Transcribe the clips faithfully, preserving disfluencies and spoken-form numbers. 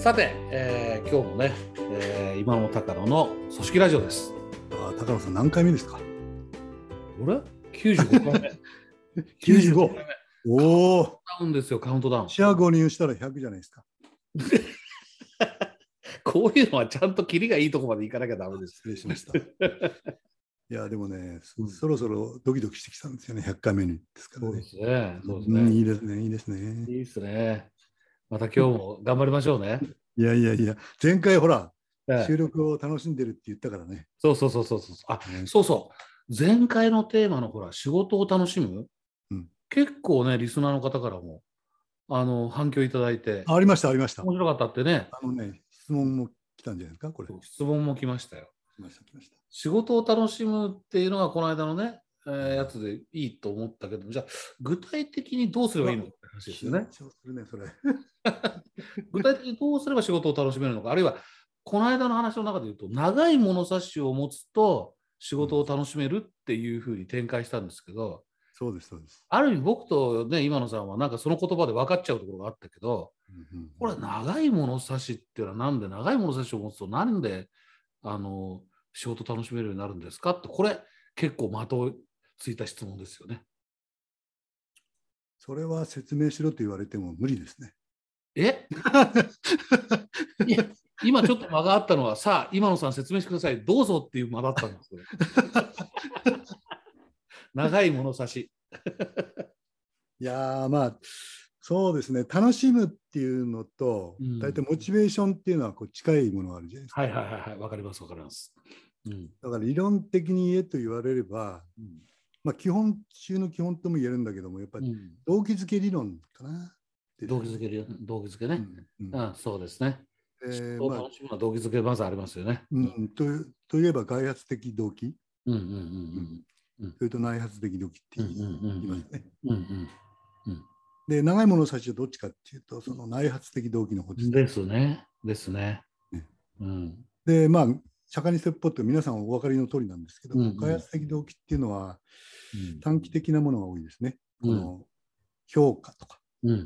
さて、えー、今日もね、えー、今の高野の組織ラジオです。 あ、高野さん何回目ですか？ あれ ?きゅうじゅうごかいめ。 きゅうじゅうご。おお。 カウントダウンですよ、カウントダウン。 四捨五入したらひゃくじゃないですか。 こういうのはちゃんとキリがいいところまでいかなきゃダメです。 失礼しました。いや、でもね、うん、そろそろドキドキしてきたんですよね、ひゃっかいめにですからね。 そうですね。そうですね。 うん、いいですね、いいですね。 いいですね。また今日も頑張りましょうね。 いやいやいや、前回ほら、ええ、収録を楽しんでるって言ったからね。 そうそうそうそうそう。あ、ね、そうそう。前回のテーマのほら、仕事を楽しむ、うん、結構ね、リスナーの方からもあの反響いただいて。 ありました、ありました。 面白かったってね。 あのね、質問も来たんじゃないですか、これ。 質問も来ましたよ。 来ました、来ました。 仕事を楽しむっていうのがこの間のね、えー、やつでいいと思ったけど、じゃあ具体的にどうすればいいのかって話ですよね。 緊張するね、それ。 具体的にどうすれば仕事を楽しめるのか、あるいはこの間の話の中で言うと、長い物差しを持つと仕事を楽しめるっていうふうに展開したんですけど、うん、 そうです、そうです。 ある意味僕とね、今野さんはなんかその言葉で分かっちゃうところがあったけど、うんうんうん、これ長い物差しっていうのはなんで、長い物差しを持つとなんであの仕事楽しめるようになるんですかって、これ結構的をついた質問ですよね。 それは説明しろと言われても無理ですね。 えいや、今ちょっと間があったのは、さあ今野さん説明してください、どうぞっていう間だったんですけど長い物差しいやー、まあそうですね、楽しむっていうのと、うん、大体モチベーションっていうのはこう近いものがあるじゃないですか。 はいはいはいはい、わかりますわかります、 うん、だから理論的に言えと言われれば、うん、まあ基本中の基本とも言えるんだけども、やっぱり動機づけ理論かな。 うん、動機づけ理論、動機づけね、うんうん、あそうですね。えー、まあ、楽しむのは動機づけまずありますよね。 うん、と, といえば外発的動機、それと内発的動機って言いますね。で、長い物差しはどっちかっていうと、その内発的動機の方ですね。ですね。ですね。 ね、うん、で、まあ、釈迦に説法って皆さんお分かりの通りなんですけども、うんうん、外発的動機っていうのは短期的なものが多いですね。うん、この評価とか。うんうんうん、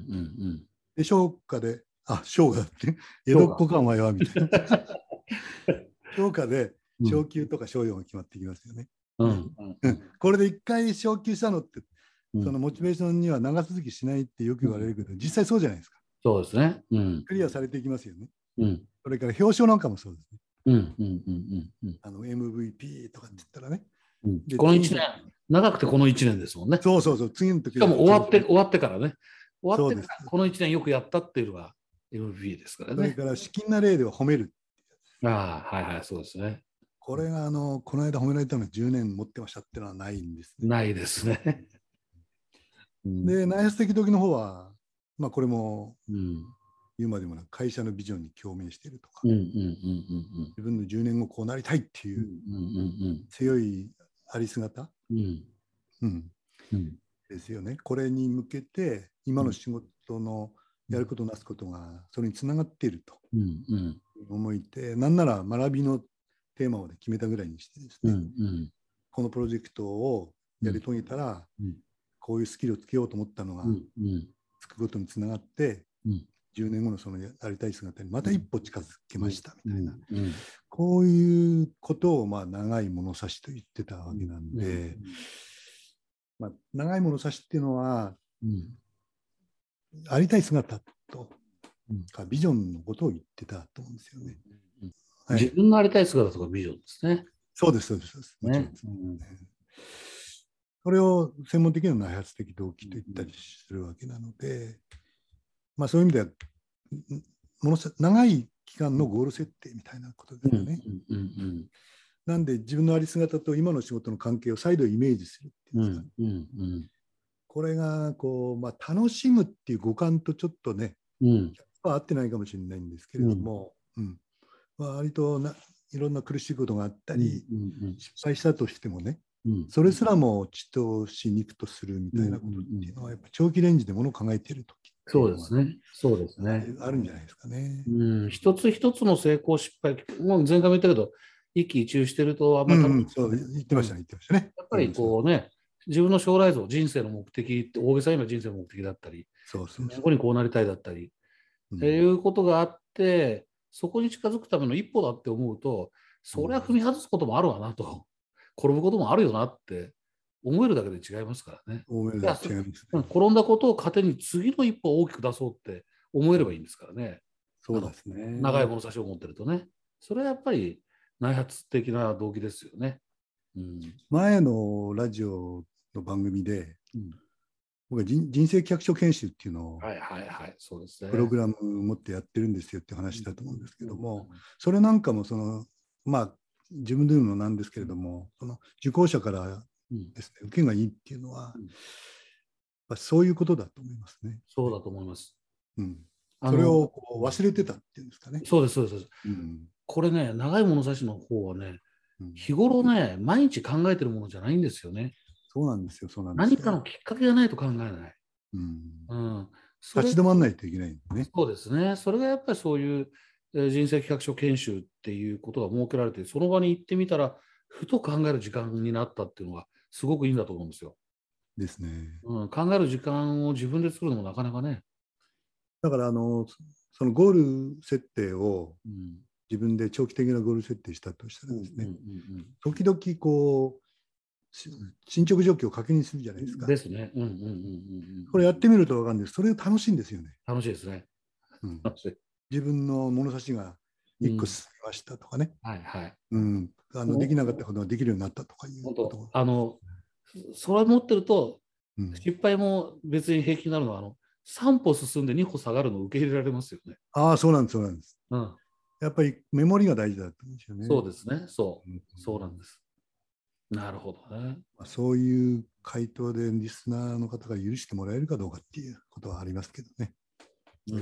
で、評価で、あ、評価だって、江戸っ子かお前はみたいな。評価で昇給とか賞与が決まってきますよね。うんうんうん、これで一回昇給したのって、そのモチベーションには長続きしないってよく言われるけど、実際そうじゃないですか。 そうですね。うん、 クリアされていきますよね。うん、それから表彰なんかもそうですね。うんうんうんうん、あの エムブイピー とかって言ったらね。 うん、このいちねん、長くてこのいちねんですもんね。 そうそうそう、次の時しかも終わって終わってからね。終わってからこのいちねんよくやったっていうのが エムブイピー ですからね。 それから資金な例では褒める。 ああ、はいはい、そうですね。 これがあのこの間褒められたのはじゅうねん持ってましたっていうのはないんですね。 ないですね。 で、内発的動機の方は、まあ、これも言うまでもなく会社のビジョンに共鳴しているとか、自分のじゅうねんごこうなりたいっていう強いあり姿、うんうんうん、ですよね。これに向けて今の仕事のやることなすことがそれにつながっていると思いて、なんなら学びのテーマまで決めたぐらいにしてですね、うんうん、このプロジェクトをやり遂げたら、うんうん、こういうスキルをつけようと思ったのが、うんうん、つくことにつながって、うん、じゅうねんごのそのやりたい姿にまた一歩近づけましたみたいな、うんうんうん、こういうことをまあ長い物差しと言ってたわけなんで、うんうんうんまあ、長い物差しっていうのは、うん、ありたい姿とかビジョンのことを言ってたと思うんですよね。 うんうんはい、自分のありたい姿とかビジョンですね。 そうです、そうです、そうです。もちろんです、ねうん。それを専門的な内発的動機と言ったりするわけなので、まあそういう意味では、ものす長い期間のゴール設定みたいなことですよね。なんで自分のあり姿と今の仕事の関係を再度イメージするっていうんですか、ねうんうんうん、これがこう、まあ、楽しむっていう五感とちょっとね、うん、ひゃくパーセント合ってないかもしれないんですけれども、うんうんまあ、割とないろんな苦しいことがあったり、うんうんうん、失敗したとしてもね、うん、それすらも血とし肉とするみたいなことっていうのは、やっぱ長期レンジでものを考えているときそうですね。そうですね。 あるんじゃないですかね。 うん、一つ一つの成功失敗、もう前回も言ったけど、一喜一憂してるとあんまり楽しくない、うん、 そう言ってましたね、言ってましたね。 やっぱりこうね、自分の将来像、人生の目的って大げさに今人生の目的だったり、そうそうそうにこうこにこうなりたいだったり、うん、っていうことがあっってそこに近づくための一歩だって思うと、それは踏み外すこともあるわなと、転ぶこともあるよなって思えるだけで違いますからね。 思えるだけで違いますね。 転んだことを糧に次の一歩を大きく出そうって思えればいいんですからね。 そうですね。 長い物差しを持ってるとね。それはやっぱり内発的な動機ですよね。 うん、前のラジオの番組で、うん、僕は 人, 人生企画書研修っていうのを、 はいはいはい、そうですね、 プログラムを持ってやってるんですよって話だと思うんですけども、それなんかもその、まあ、自分で言うのなんですけれども、その受講者からですね、受けがいいっていうのは、うん、そういうことだと思いますね。 そうだと思います。 うん、それをこう忘れてたっていうんですかね。 そうです、そうです。うん、これね、長い物差しの方はね、日頃ね、毎日考えてるものじゃないんですよね。 そうなんですよ、そうなんですよ。 何かのきっかけがないと考えない。 うんうん、 立ち止まらないといけないんでね。 そうですね。それがやっぱりそういう人生企画書研修っていうことが設けられて、その場に行ってみたら、ふと考える時間になったっていうのがすごくいいんだと思うんですよ。 ですね。 うん、考える時間を自分で作るのもなかなかね。 だからあのそのゴール設定を自分で長期的なゴール設定したとしたらですね、時々こう進捗状況を確認するじゃないですか。 ですね。 これやってみると分かるんです。それ楽しいんですよね。 楽しいですね。 うん、自分の物差しがいっこ進みましたとかね。 うん、はいはい。 うん、あのできなかったことができるようになったとかいうこと。 あのそれを持ってると、うん、失敗も別に平気になるのはあのさん歩進んでに歩下がるのを受け入れられますよね。 ああ、そうなんです、そうなんです。うん、やっぱりメモリが大事だったんですよね。 そうですね。そう、うん、そうなんです。なるほどね。 そういう回答でリスナーの方が許してもらえるかどうかっていうことはありますけどね。うん、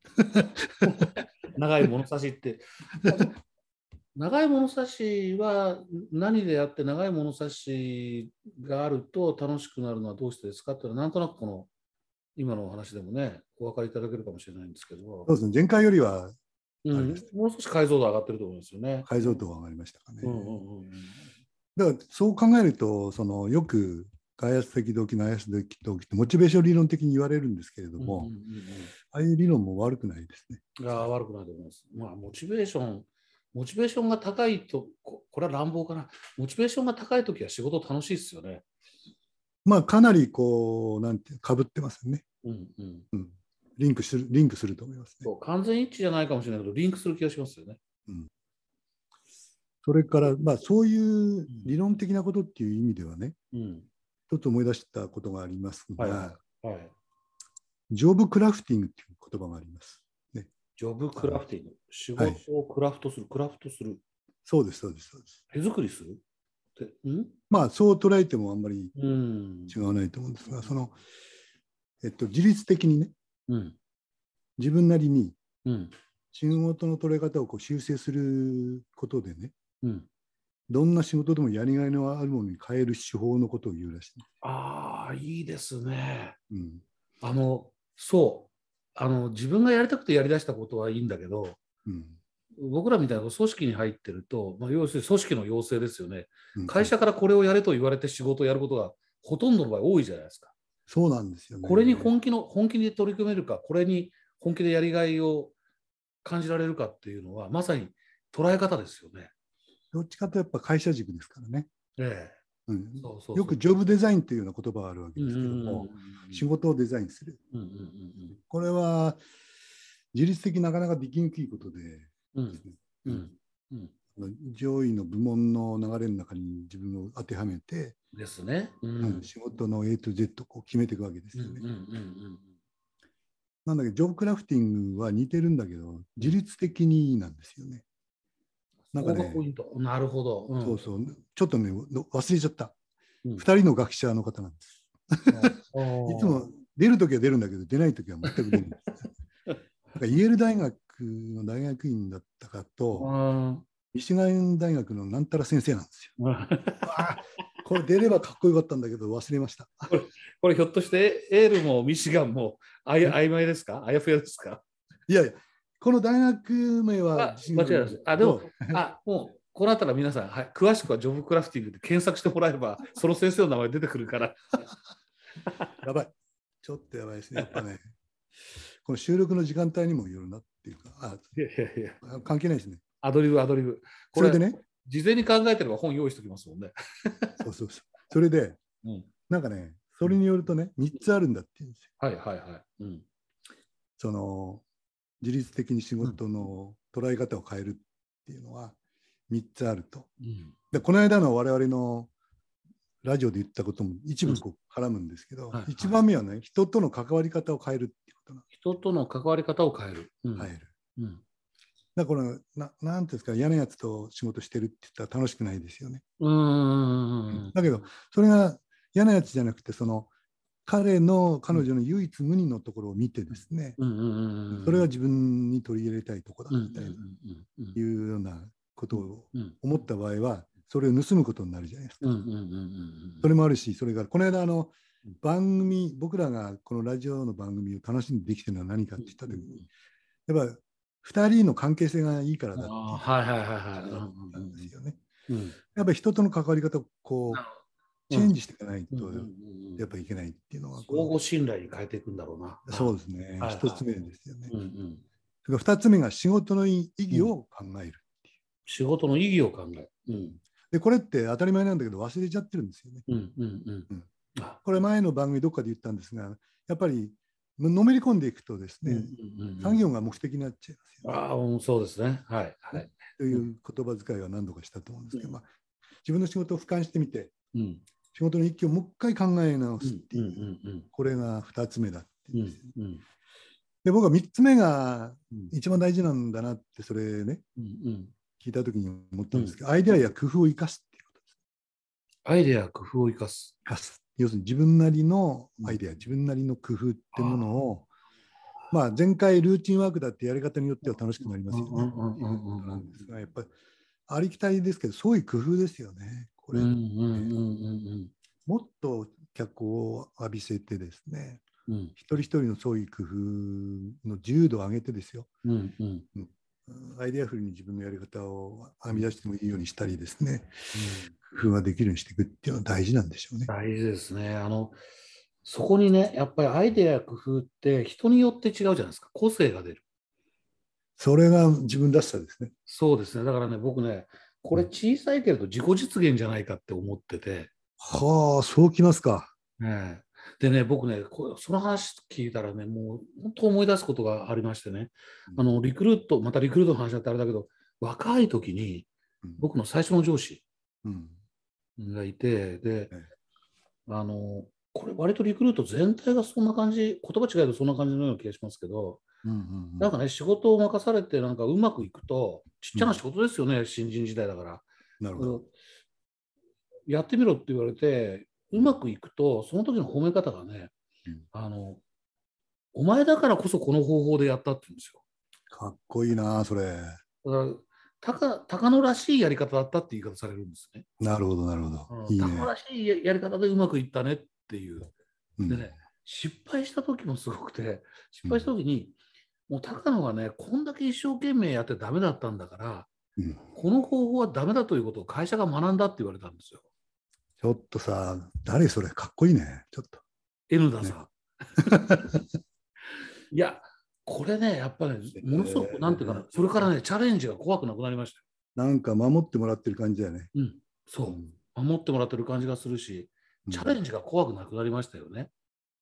長い物差しって長い物差しは何であって長い物差しがあると楽しくなるのはどうしてですかっていうのはなんとなくこの今のお話でもねお分かりいただけるかもしれないんですけど、 そうですね、前回よりはうん、もう少し解像度上がってると思いますよね。 解像度が上がりましたかね。だからそう考えるとそのよく外圧的動機、内圧的動機ってモチベーション理論的に言われるんですけれども、うんうんうんうん、ああいう理論も悪くないですね。 いや悪くないと思います。まあモチベーションモチベーションが高いと、これは乱暴かな。モチベーションが高いときは仕事楽しいですよね。 まあ、かなりこう、なんていうかぶってますよね。 うんうんうん、リンクする、リンクすると思いますね。 そう完全一致じゃないかもしれないけど、リンクする気がしますよね。 うん、それから、まあ、そういう理論的なことっていう意味ではね、うん、一つ思い出したことがありますが、はいはい、ジョブクラフティングっていう言葉があります。 ジョブクラフティング。仕事をクラフトする、はい、クラフトする。 そうです、そうです、そうです。 手作りするってんまあ、そう捉えてもあんまり違わないと思うんですが、その、えっと、自律的にね、うん、自分なりに仕事の取れ方をこう修正することでね、うん、どんな仕事でもやりがいのあるものに変える手法のことを言うらしい。 ああ、いいですね。うん、あの、そう。あの自分がやりたくてやりだしたことはいいんだけど、うん、僕らみたいな組織に入ってると、まあ、要するに組織の要請ですよね、うん、会社からこれをやれと言われて仕事をやることがほとんどの場合多いじゃないですか。 そうなんですよね。 これに本気の本気で取り組めるか、これに本気でやりがいを感じられるかっていうのはまさに捉え方ですよね。 どっちかとやっぱ会社軸ですからね。 ええうん、 そうそうそうよくジョブデザインというような言葉があるわけですけども、仕事をデザインする、うんうんうんうん、これは自律的なかなかできにくいことで、うんうんうん、上位の部門の流れの中に自分を当てはめてですね、 うんうん、仕事の A と Z をこう決めていくわけですよね。なんだけどジョブクラフティングは似てるんだけど自律的になんですよね。 なんかね、なるほど、 うん、そうそう、ちょっとね、忘れちゃった。うん、ふたりの学者の方なんです。いつも出るときは出るんだけど、出ないときは全く出ないんです。なんかイェール大学の大学院だったかと、ミシガン大学のなんたら先生なんですよ。あこれ出ればかっこよかったんだけど、忘れました。 これ、これひょっとして、エールもミシガンもあや曖昧ですか？あやふやですか？ いやいや。この大学名は間違いないです。あ、でも、あ、もう、このあたり皆さん、はい、詳しくはジョブクラフティングで検索してもらえば、その先生の名前出てくるから。 やばい。ちょっとやばいですね。やっぱね。 この収録の時間帯にもよるなっていうか、あいやいやいや関係ないですね。 アドリブ、アドリブ。 これでね、 事前に考えてれば本用意しておきますもんね。 そうそうそう。それで、 うん、 なんかね、それによるとね、みっつあるんだって言うんですよ。 はいはいはい。うん、 その、自律的に仕事の捉え方を変えるっていうのはみっつあると。うん、でこの間の我々のラジオで言ったことも一部こう絡むんですけど、うんはいはい、いちばんめはね、人との関わり方を変えるっていうことな。 人との関わり方を変える。 うん、変える。うん、だからこれな、なんていうんですか、嫌なやつと仕事してるって言ったら楽しくないですよね。うん、だけど、それが嫌なやつじゃなくて、その彼の彼女の唯一無二のところを見てですね、それは自分に取り入れたいところだみたいないうようなことを思った場合は、それを盗むことになるじゃないですか。それもあるし、それからこの間あの番組、僕らがこのラジオの番組を楽しんでできてるのは何かって言ったときに、やっぱふたりの関係性がいいからだっていうなんですよね。やっぱり人との関わり方をこうチェンジしていかないとやっぱりいけないっていうのは、 相互信頼に変えていくんだろうな。 そうですね、一つ目ですよね。それから二つ目が仕事の意義を考えるっていう。 仕事の意義を考える。 でこれって当たり前なんだけど忘れちゃってるんですよね。これ前の番組どっかで言ったんですが、やっぱりのめり込んでいくとですね、産業が目的になっちゃいますよね。ああ、そうですね。はいはい。 という言葉遣いは何度かしたと思うんですけど、まあ、自分の仕事を俯瞰してみて、仕事の意義をもう一回考え直すっていう、これがふたつめだって言うんですよ。で僕はみっつめが一番大事なんだなってそれね、聞いたときに思ったんですけど、アイデアや工夫を生かすっていうことです。 アイデアや工夫を生かす。 要するに自分なりのアイデア、自分なりの工夫ってものを、まあ前回ルーチンワークだってやり方によっては楽しくなりますよね。なんですが、やっぱりありきたりですけど、そういう工夫ですよね。これ、もっと脚光を浴びせてですね、うん、一人一人のそういう工夫の自由度を上げてですよ、うんうんうん、アイデアフルに自分のやり方を編み出してもいいようにしたりですね、うん、工夫ができるようにしていくっていうのは大事なんでしょうね。 大事ですね。あのそこにね、やっぱりアイデアや工夫って人によって違うじゃないですか。個性が出る。 それが自分らしさですね。 そうですね。だからね、僕ね、これ小さいけれど自己実現じゃないかって思ってて。 はあ、そうきますか。 ね、でね、僕ね、その話聞いたらね、もう本当思い出すことがありましてね、あのリクルート、またリクルートの話だってあれだけど、若い時に僕の最初の上司がいて、で、あの、これ割とリクルート全体がそんな感じ、言葉違えどそんな感じのような気がしますけど、なんかね、仕事を任されてなんかうまくいくと、ちっちゃな仕事ですよね、うん、新人時代だから。 なるほど。 やってみろって言われて、うまくいくと、その時の褒め方がね、うん、あの、お前だからこそこの方法でやったって言うんですよ。 かっこいいな、それ。だから高, 高野らしいやり方だったって言い方されるんですね。 なるほど、なるほど。 うん、いいね、高野らしいやり方でうまくいったねっていう。うん、でね、失敗した時もすごくて、失敗した時に、うん、もう高野がね、こんだけ一生懸命やってダメだったんだから、うん、この方法はダメだということを会社が学んだって言われたんですよ。 ちょっとさ、誰それ、かっこいいね、ちょっと。 N 田さん。ね、いや、これね、やっぱり、ね、ものすごく、なんていうかな、それからね、チャレンジが怖くなくなりましたよ。 なんか守ってもらってる感じだよね。 うん、そう、うん、守ってもらってる感じがするし、チャレンジが怖くなくなりましたよね。うん、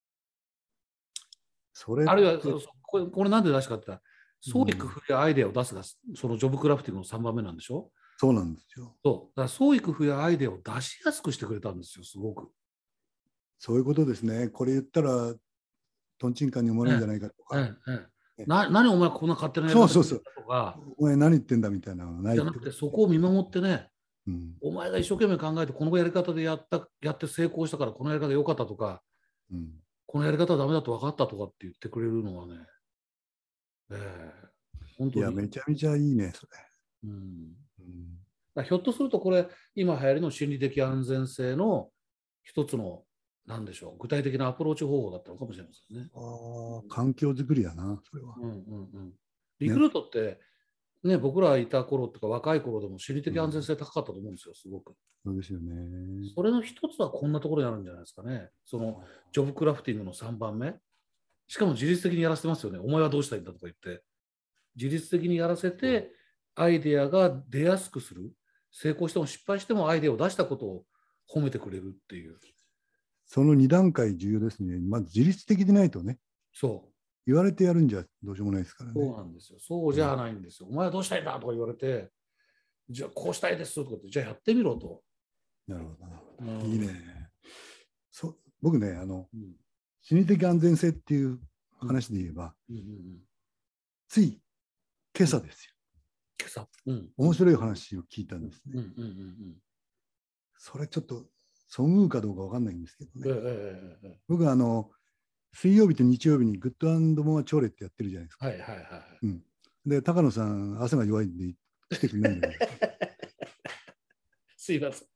それあるいはこれ、これなんで出したかって言ったら、創意工夫やアイデアを出すが、そのジョブクラフティングのさんばんめなんでしょ。 そうなんですよ。 そう。だから創意工夫やアイデアを出しやすくしてくれたんですよ、すごく。 そういうことですね。これ言ったら、とんちんかんに思われるんじゃないかとか。 ええええ、な何お前こんな勝手なやり方そうそうそう。 とか。 お前何言ってんだみたいなのがないじゃなくて、そこを見守ってね、うん、お前が一生懸命考えて、このやり方でやった、やって成功したから、このやり方良かったとか、うん、このやり方はダメだと分かったとかって言ってくれるのはね、ええ、本当に。 いや、めちゃめちゃいいね、それ。うんうん、ひょっとすると、これ、今流行りの心理的安全性の一つの、なんでしょう、具体的なアプローチ方法だったのかもしれませんね。 ああ、環境づくりだな、それは。 うんうんうん、リクルートって、ねね、僕らいた頃とか若い頃でも心理的安全性高かったと思うんですよ、すごく。 そうですよね。 それの一つはこんなところにあるんじゃないですかね。そのジョブクラフティングのさんばんめ。 しかも自律的にやらせてますよね。お前はどうしたいんだとか言って。自律的にやらせて、アイデアが出やすくする。成功しても失敗してもアイデアを出したことを褒めてくれるっていう。 そのに段階重要ですね。まず自律的でないとね。 そう。 言われてやるんじゃどうしようもないですからね。 そうなんですよ。そうじゃないんですよ。うん、お前はどうしたいんだとか言われて、じゃあこうしたいですとか言って、じゃあやってみろと。 なるほど。うん、いいね。そ僕ね、あの、うん、心理的安全性っていう話で言えば、うんうんうん、つい今朝ですよ。 今朝、うん、 面白い話を聞いたんですね。それちょっとそぐうかどうか分かんないんですけどね。えー、僕はあの水曜日と日曜日にグッド&モアチョレってやってるじゃないですか。はいはいはい。うん、で高野さん朝が弱いんで来てくれないんだけど。 すいません。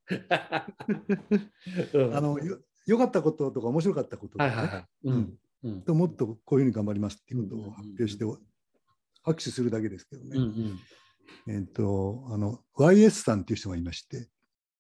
あの よ, よかったこととか面白かったこととかね。はいはいはい、うんうん、ともっとこういうふうに頑張りますっていうことを発表して拍手するだけですけどね。うんうん、えっとあの ワイエス さんっていう人がいまして。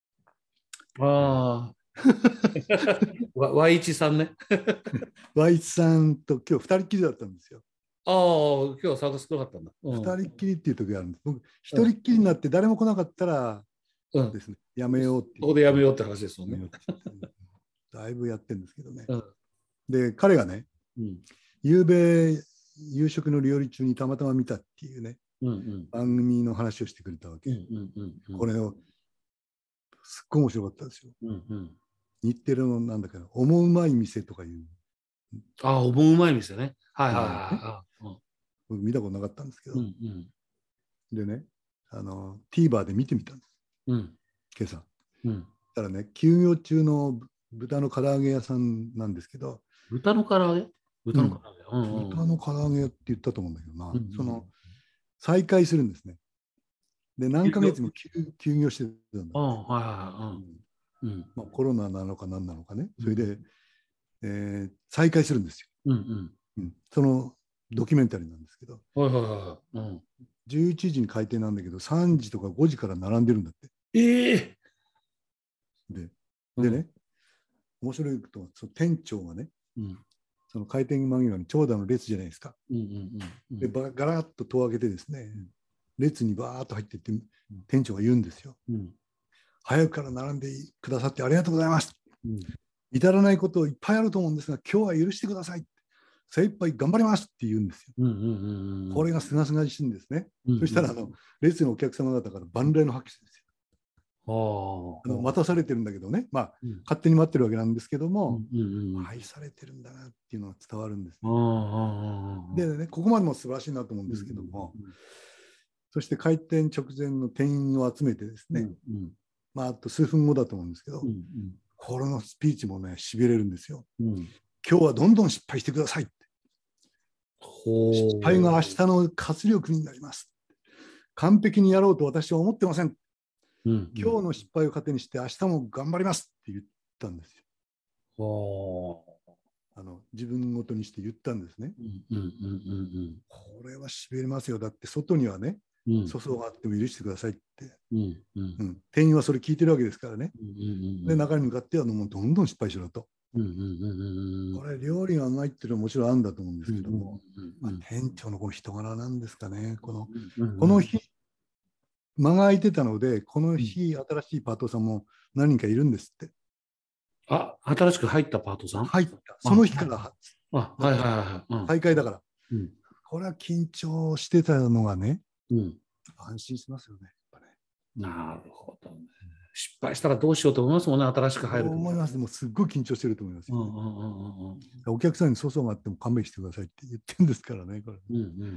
ああ。ワイワイワン さんね。 ワイワン さんと今日二人っきりだったんですよ。 ああ、今日は参加少なかったんだ。 二、うん、人っきりっていう時があるんです。僕、一人っきりになって誰も来なかったらですね、うん、やめようっていう。 ここでやめようって話ですよね。 だいぶやってるんですけどね。うん、で、彼がね、うん、夕べ夕食の料理中にたまたま見たっていうね、うんうん、番組の話をしてくれたわけ。これをすっごい面白かったですよ。うんうん、日テレのなんだか思うまい店とかいう。 ああ、思うまい店ね。はいはいはい。 ね、僕見たことなかったんですけど。うんうん、でね、あの TVer で見てみたんです。うん、今朝。うん、たらね、休業中の豚の唐揚げ屋さんなんですけど。 豚の唐揚げ豚の唐揚げ、 うんうんうん、豚の唐揚げって言ったと思うんだけどな。うんうん、その再開するんですね。で何ヶ月も休業してたんだ、ね。はいはいはい。まあ、コロナなのか何なのかね。それで、うんえー、再開するんですよ、うんうんうん。そのドキュメンタリーなんですけど。はいはいはいうん、じゅういちじに開店なんだけど、さんじとかごじから並んでるんだって。ええー、で、でね、うん、面白いことは、その店長がね、うん、その開店間際に長蛇の列じゃないですか。うんうんうんうん、で、ガラッと戸を開けてですね、列にバーッと入っていって店長が言うんですよ、うん、早くから並んでくださってありがとうございます、うん、至らないこといっぱいあると思うんですが今日は許してください、精一杯頑張りますって言うんですよ、うんうんうんうん、これがすがすがしいんですね、うんうん、そしたらあの列のお客様方から万礼の拍手ですよ。あの待たされてるんだけどね、まあ、うん、勝手に待ってるわけなんですけども、うんうんうん、愛されてるんだなっていうのが伝わるんです、ね、でね、ここまでも素晴らしいなと思うんですけども、うんうんうん、そして開店直前の店員を集めてですね、うんうんまあ、あと数分後だと思うんですけど、うんうん、これのスピーチもね、しびれるんですよ、うん。今日はどんどん失敗してくださいって。失敗が明日の活力になります。完璧にやろうと私は思ってません。うんうん、今日の失敗を糧にして明日も頑張りますって言ったんですよ。あの自分ごとにして言ったんですね。これはしびれますよ。だって外にはね、粗相があっても許してくださいって、うんうんうん、店員はそれ聞いてるわけですからね、うんうんうん、で中に向かってはもうどんどん失敗しろと、うんうんうんうん、これ料理がうまいっていうのはもちろんあるんだと思うんですけども、うんうんうんまあ、店長のこの人柄なんですかね。この、うんうん、この日間が空いてたのでこの日、うん、新しいパートさんも何人かいるんですって。 あ、新しく入ったパートさん入ったその日からあはいはいはい、 うん、再開だから、うん、これは緊張してたのがね、うん、安心しますよね。やっぱねなるほどね。失敗したらどうしようと思いますもんね、新しく入ると。 思います。もうすっごい緊張してると思いますよ、ねうんうんうんうん。お客さんに粗相があっても勘弁してくださいって言ってるんですからね、これ。うんうんうんうん、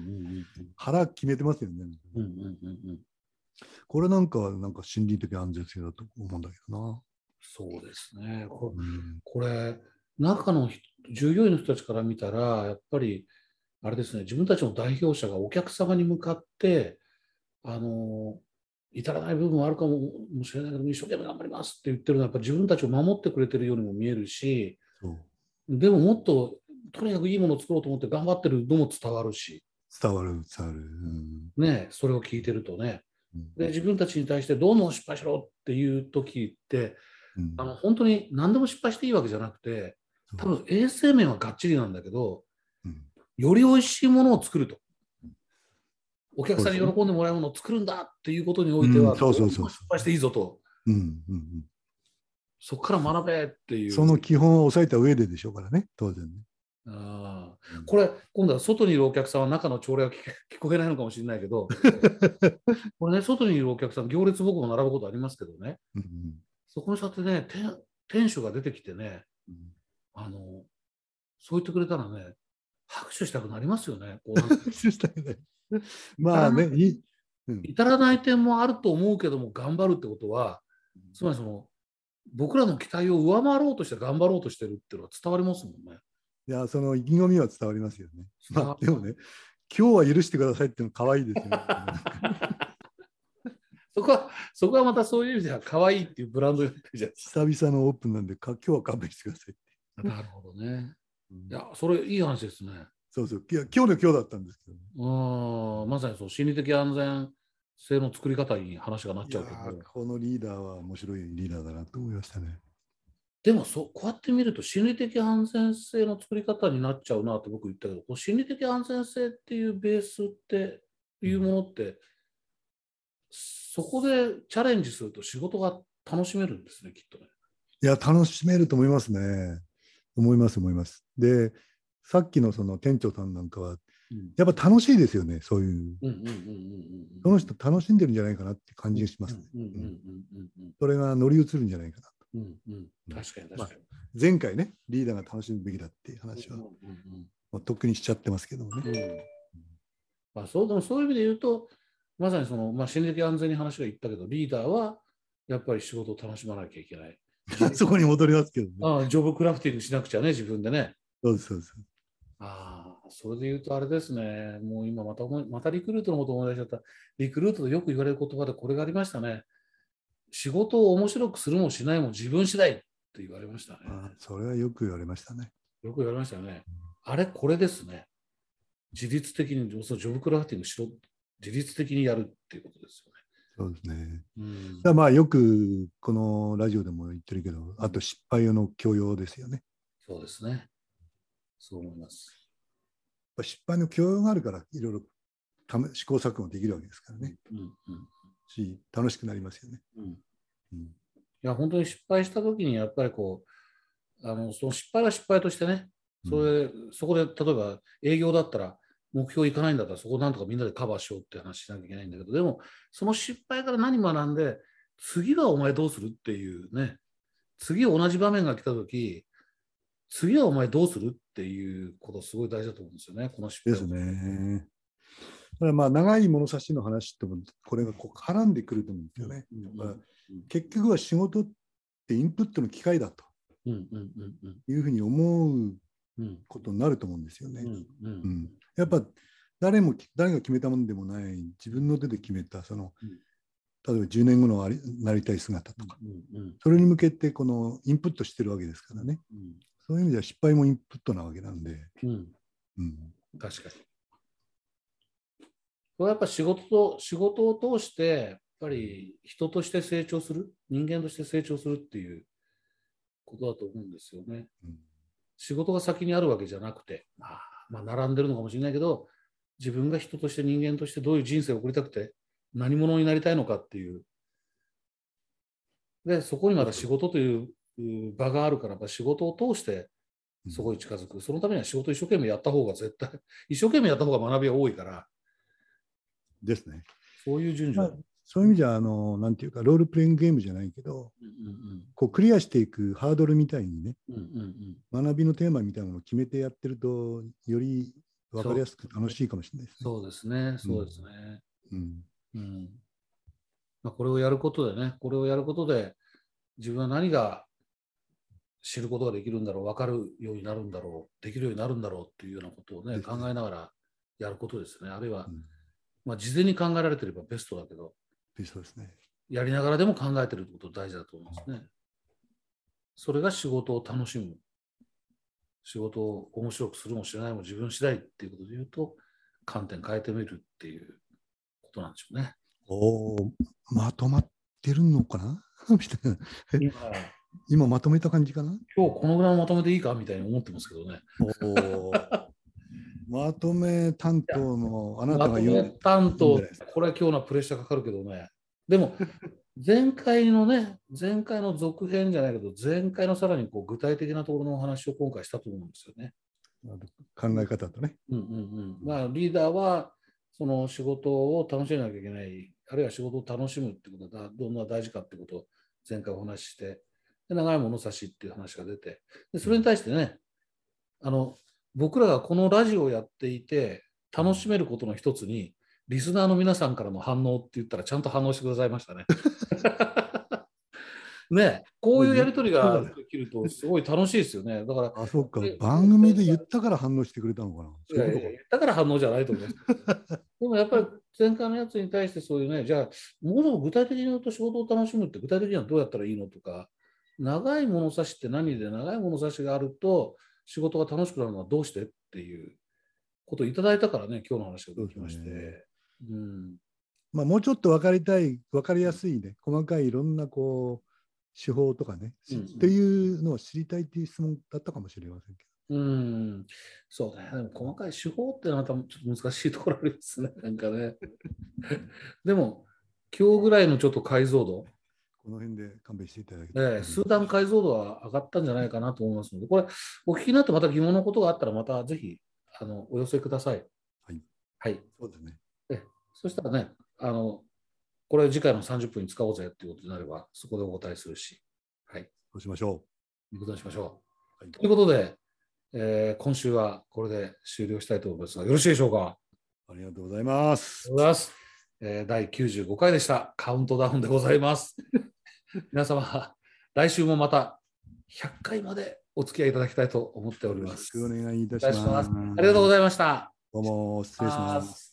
腹決めてますよね。うんうんうんうん、これなんかはなんか心理的安全性だと思うんだけどな。 そうですね。これ、うん、これ中の従業員の人たちから見たら、やっぱりあれですね、自分たちの代表者がお客様に向かって、あの、至らない部分はあるかもしれないけど、一生懸命頑張りますって言ってるのは、やっぱ自分たちを守ってくれてるようにも見えるし、でももっと、とにかくいいものを作ろうと思って頑張ってるのも伝わるし。 伝わる、伝わる。うん、 ね、それを聞いてるとね。で、自分たちに対してどんどん失敗しろっていう時って、うん、あの本当に何でも失敗していいわけじゃなくて、多分衛生面はがっちりなんだけど、うより美味しいものを作ると。お客さんに喜んでもらえるものを作るんだっていうことにおいては、 そうそうそう。 失敗していいぞと。 うんうんうん、 そこから学べっていう。 その基本を抑えた上ででしょうからね、当然ね。 あこれ、今度は外にいるお客さんは中の朝礼は聞こえないのかもしれないけど、これね、外にいるお客さん、行列僕も並ぶことありますけどね、うんうん、そこにさってね、店主が出てきてね、うん、あのそう言ってくれたらね、拍手したくなりますよね。こうなんか拍手したくない。まあね、いい、うん、至らない点もあると思うけども、頑張るってことは、つまりその、僕らの期待を上回ろうとして頑張ろうとしてるっていうのは伝わりますもんね。 いや、その意気込みは伝わりますよね。まあ、でもね、今日は許してくださいっていうの可愛いですよね。 そこは、そこはまたそういう意味では可愛いっていうブランドになってるじゃないですか。久々のオープンなんで、か今日は勘弁してくださいって。 なるほどね。うん、いや、それいい話ですね。 そうそう。いや、今日の今日だったんですけどね。 あまさにそう、心理的安全性の作り方に話がなっちゃうけど。 このリーダーは面白いリーダーだなと思いましたね。 でもそ、こうやって見ると心理的安全性の作り方になっちゃうなと僕言ったけど、心理的安全性っていうベースっていうものって、うん、そこでチャレンジすると仕事が楽しめるんですね、きっとね。 いや、楽しめると思いますね。思います、思います。で、さっきのその店長さんなんかは、うん、やっぱ楽しいですよね、そういう。その人楽しんでるんじゃないかなって感じがしますね。それが乗り移るんじゃないかなと。 うんうん、確かに確かに、まあ、 前回ね、リーダーが楽しむべきだっていう話は、まあ、とっくにしちゃってますけどもね。 うんまあ、そうでもそういう意味で言うと、まさにその、まあ、心理的安全に話が言ったけど、リーダーはやっぱり仕事を楽しまなきゃいけない。 そこに戻りますけどね。 ああ、ジョブクラフティングしなくちゃね、自分でね。 そうですそうです。 ああ、それで言うとあれですね、もう今またまたリクルートのこと思い出しちゃった。リクルートでよく言われる言葉でこれがありましたね。仕事を面白くするもしないも自分次第って言われましたね。 ああ、それはよく言われましたね。 よく言われましたね。あれ、これですね。自律的に、ジョブクラフティングしろ、自律的にやるっていうことですよね。 そうですね。うん、だまあよくこのラジオでも言ってるけど、あと失敗の許容ですよね。 そうですね。そう思います。 失敗の許容があるから、いろいろ試行錯誤できるわけですからね。うんうん、し、楽しくなりますよね。うんうん、いや、本当に失敗したときに、やっぱりこう、あのその失敗は失敗としてね、それ、うん、そこで例えば営業だったら、目標いかないんだったら、そこをなんとかみんなでカバーしようって話しなきゃいけないんだけど、でも、その失敗から何学んで、次はお前どうするっていうね、次同じ場面が来たとき、次はお前どうするっていうことすごい大事だと思うんですよね、この失敗ですね。だからまあ長い物差しの話ってもこれがこう絡んでくると思うんですよね。結局は仕事ってインプットの機会だというふうに思うことになると思うんですよね。やっぱ誰も誰が決めたものでもない自分の手で決めたその、例えばじゅうねんごのなりたい姿とか、それに向けてこのインプットしてるわけですからね。そういう意味では失敗もインプットなわけなんで。うんうん、確かに。これはやっぱ仕事と仕事を通してやっぱり人として成長する、人間として成長するっていうことだと思うんですよね。うん、仕事が先にあるわけじゃなくて、まあ、まあ並んでるのかもしれないけど、自分が人として人間としてどういう人生を送りたくて何者になりたいのかっていう。で、そこにまた仕事という場があるから、仕事を通してそこに近づく。そのためには仕事を一生懸命やった方が絶対、一生懸命やった方が学びが多いから。 ですね。 そういう順序、まあ、 そういう意味じゃ、あの、なんていうか、ロールプレイングゲームじゃないけど、うんうんうん、こうクリアしていくハードルみたいにね、うんうんうん、学びのテーマみたいなのを決めてやってると、より分かりやすく楽しいかもしれないですね。 そうですね、そうですね。うんうんまあ、これをやることでね、これをやることで、自分は何が知ることができるんだろう、分かるようになるんだろう、できるようになるんだろうっていうようなことをね、考えながらやることですね。あるいは、うんまあ、事前に考えられてればベストだけど、 ベストですね。 やりながらでも考えてるってこと大事だと思いますね。それが仕事を楽しむ。仕事を面白くするもしないも自分次第っていうことで言うと、観点変えてみるっていうことなんでしょうね。 おお、まとまってるのかなみたいな。今、今まとめた感じかな。 今日このぐらいまとめていいかみたいに思ってますけどね。おまとめ担当のあなたが言う。 まとめ担当、これは今日のプレッシャーかかるけどね。でも、前回のね、前回の続編じゃないけど、前回のさらにこう具体的なところのお話を今回したと思うんですよね。 考え方とね。 うんうんうん。まあ、リーダーは、その仕事を楽しめなきゃいけない、あるいは仕事を楽しむってことがどんな大事かってことを前回お話しして、で長い物差しっていう話が出て、でそれに対してね、あの、僕らがこのラジオをやっていて、楽しめることの一つに、リスナーの皆さんからの反応って言ったら、ちゃんと反応してくださいましたね。ね、こういうやり取りができるとすごい楽しいですよね。だから、 あ、そうか、番組で言ったから反応してくれたのかな。 いやいや言ったから反応じゃないと思います。でもやっぱり前回のやつに対してそういうね、じゃあ、もうちょっと具体的に言うと仕事を楽しむって具体的にはどうやったらいいのとか、長い物差しって何で長い物差しがあると仕事が楽しくなるのはどうしてっていうことをいただいたからね、今日の話ができまして。う、うん、 まあもうちょっと分かりたい、分かりやすいね、細かいいろんなこう、手法とかね、うんうん、っていうのを知りたいっていう質問だったかもしれませんけど。うん、そうね。でも細かい手法ってのはちょっと難しいところありますね。なんかね。でも、今日ぐらいのちょっと解像度。 この辺で勘弁していただきたい、ね。数段解像度は上がったんじゃないかなと思いますので、これ、お聞きになってまた疑問のことがあったら、またぜひあのお寄せください。 はい。 はい。 そうですね。 でそしたらね、あの、これ次回のさんじゅっぷんに使おうぜっていうことになれば、そこでお答えするし、はい。 そうしましょう。いうことにしましょう。はい、ということで、えー、今週はこれで終了したいと思いますが、よろしいでしょうか。 ありがとうございます。 ありがとうございます。えー、だいきゅうじゅうごかいでした。カウントダウンでございます。皆様、来週もまたひゃっかいまでお付き合いいただきたいと思っております。 よろしくお願いいたします。 ありがとうございました。 どうも失礼します。